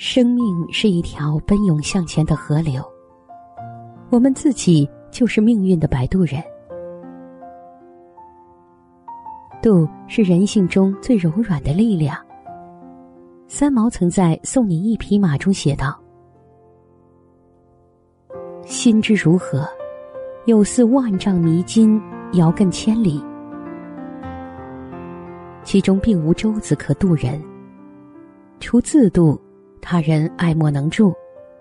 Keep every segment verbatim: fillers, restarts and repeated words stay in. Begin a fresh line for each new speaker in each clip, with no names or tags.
生命是一条奔涌向前的河流，我们自己就是命运的摆渡人。渡是人性中最柔软的力量。三毛曾在《送你一匹马》中写道：心之如何，有似万丈迷津，遥亘千里，其中并无舟子可渡人，除自渡，他人爱莫能助。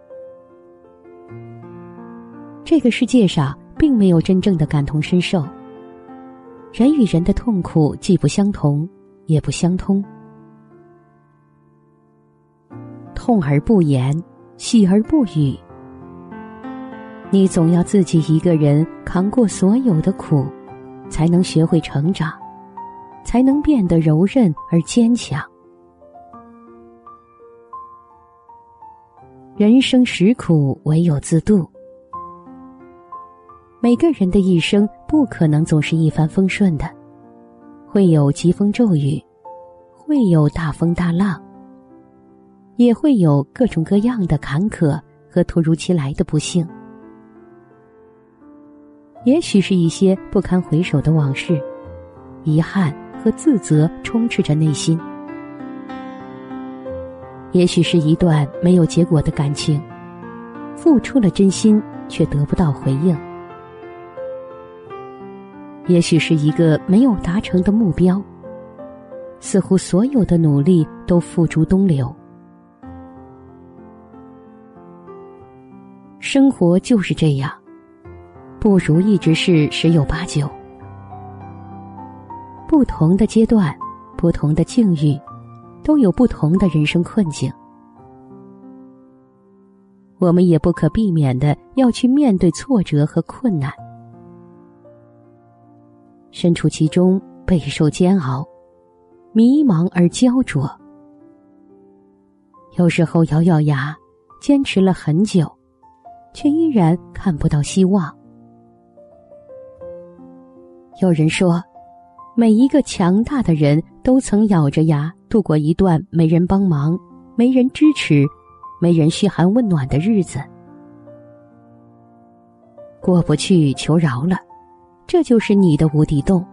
这个世界上并没有真正的感同身受，人与人的痛苦既不相同，也不相通。痛而不言，喜而不语，你总要自己一个人扛过所有的苦，才能学会成长，才能变得柔韧而坚强。人生实苦，唯有自渡。每个人的一生不可能总是一帆风顺的，会有疾风骤雨，会有大风大浪，也会有各种各样的坎坷和突如其来的不幸。也许是一些不堪回首的往事，遗憾和自责充斥着内心。也许是一段没有结果的感情，付出了真心却得不到回应。也许是一个没有达成的目标，似乎所有的努力都付诸东流。生活就是这样，不如意之事十有八九。不同的阶段，不同的境遇，都有不同的人生困境。我们也不可避免的要去面对挫折和困难，身处其中，备受煎熬，迷茫而焦灼。有时候咬咬牙，坚持了很久，却依然看不到希望。有人说，每一个强大的人都曾咬着牙度过一段没人帮忙、没人支持、没人嘘寒问暖的日子。过不去，求饶了，这就是你的无底洞。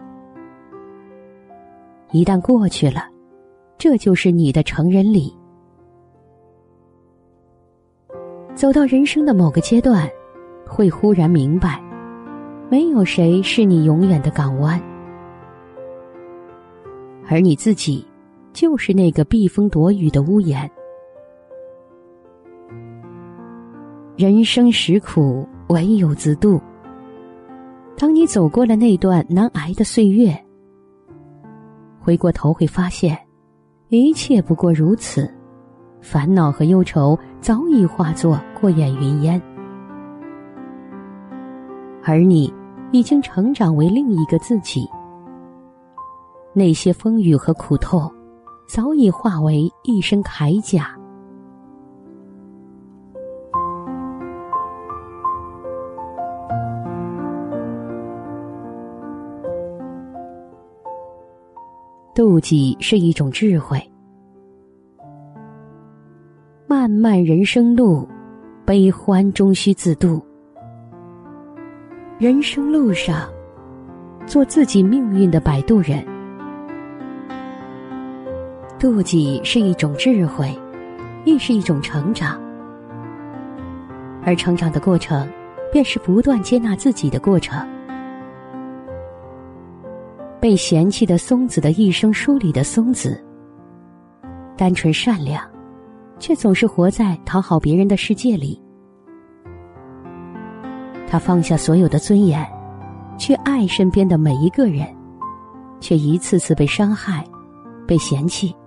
一旦过去了，这就是你的成人礼。走到人生的某个阶段，会忽然明白，没有谁是你永远的港湾，而你自己就是那个避风躲雨的屋檐。人生实苦，唯有自渡。当你走过了那段难挨的岁月，回过头会发现，一切不过如此，烦恼和忧愁早已化作过眼云烟，而你已经成长为另一个自己。那些风雨和苦痛，早已化为一身铠甲。妒忌是一种智慧。漫漫人生路，悲欢终须自渡。人生路上，做自己命运的摆渡人。妒忌是一种智慧，亦是一种成长。而成长的过程，便是不断接纳自己的过程。被嫌弃的松子的一生书里的松子，单纯善良，却总是活在讨好别人的世界里。他放下所有的尊严，去爱身边的每一个人，却一次次被伤害，被嫌弃。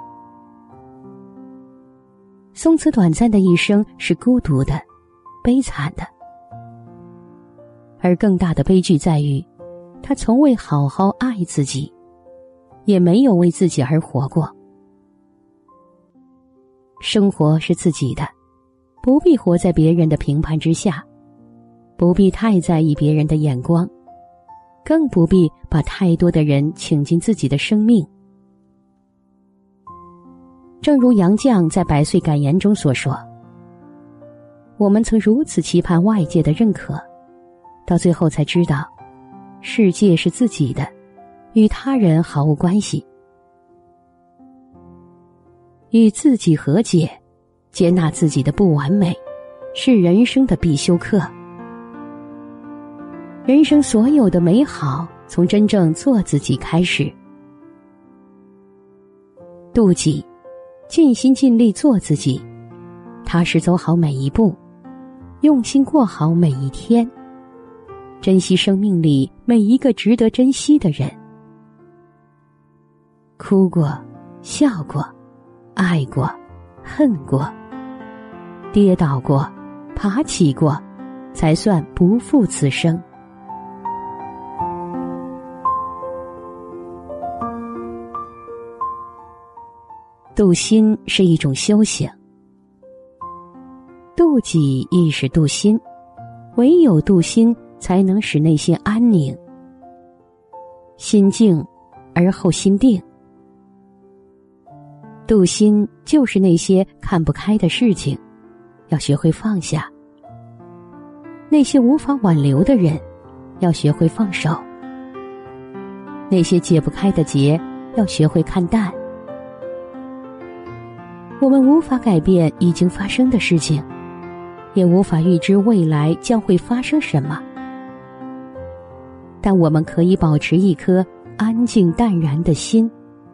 松子短暂的一生是孤独的，悲惨的，而更大的悲剧在于，他从未好好爱自己，也没有为自己而活过。生活是自己的，不必活在别人的评判之下，不必太在意别人的眼光，更不必把太多的人请进自己的生命。 正如杨绛在《百岁感言》中所说，我们曾如此期盼外界的认可，到最后才知道，世界是自己的，与他人毫无关系。与自己和解，接纳自己的不完美，是人生的必修课。人生所有的美好，从真正做自己开始。妒忌，尽心尽力做自己，踏实走好每一步，用心过好每一天，珍惜生命里每一个值得珍惜的人。哭过，笑过，爱过，恨过，跌倒过，爬起过，才算不负此生。妒心是一种修行，妒忌亦是妒心，唯有妒心才能使内心安宁，心静而后心定。妒心就是那些看不开的事情，要学会放下；那些无法挽留的人，要学会放手；那些解不开的结，要学会看淡。我们无法改变已经发生的事情，也无法预知未来将会发生什么，但我们可以保持一颗安静淡然的心。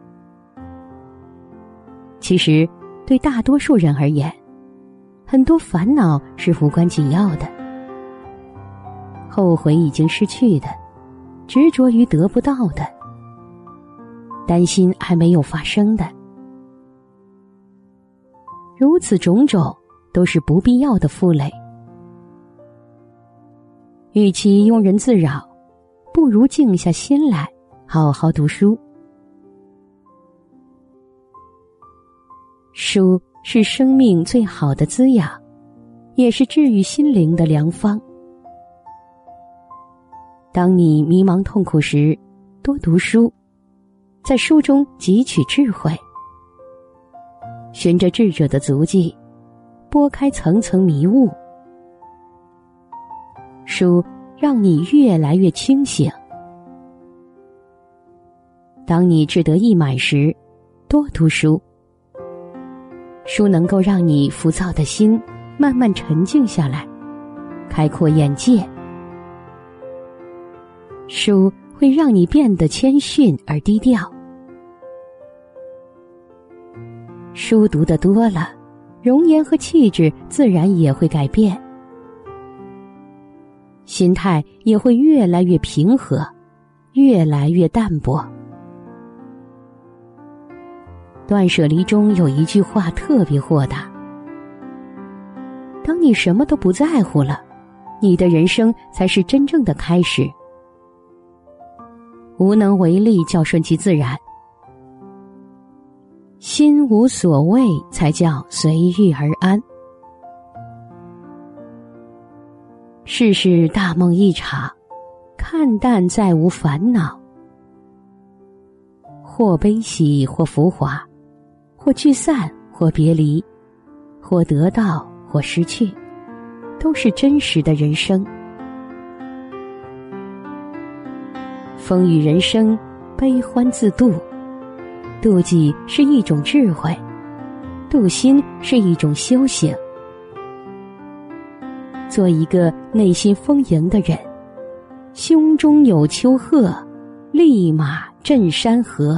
其实，对大多数人而言，很多烦恼是无关紧要的，后悔已经失去的，执着于得不到的，担心还没有发生的，如此种种都是不必要的负累。与其庸人自扰，不如静下心来好好读书。书是生命最好的滋养，也是治愈心灵的良方。当你迷茫痛苦时，多读书，在书中汲取智慧，循着智者的足迹，拨开层层迷雾。书让你越来越清醒。当你志得意满时，多读书。书能够让你浮躁的心慢慢沉静下来，开阔眼界。书会让你变得谦逊而低调。书读得多了，容颜和气质自然也会改变，心态也会越来越平和，越来越淡泊。断舍离中有一句话特别豁达：当你什么都不在乎了，你的人生才是真正的开始。无能为力叫顺其自然，心无所谓才叫随遇而安。世事大梦一场，看淡再无烦恼。或悲喜，或浮华，或聚散，或别离，或得到，或失去，都是真实的人生。风雨人生，悲欢自度。妒忌是一种智慧，妒心是一种修行。做一个内心丰盈的人，胸中有丘壑，立马镇山河。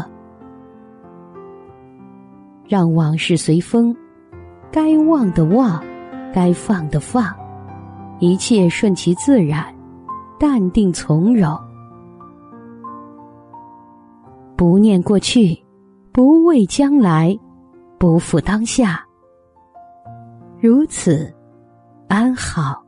让往事随风，该忘的忘，该放的放，一切顺其自然，淡定从容。不念过去，不畏将来，不负当下，如此安好。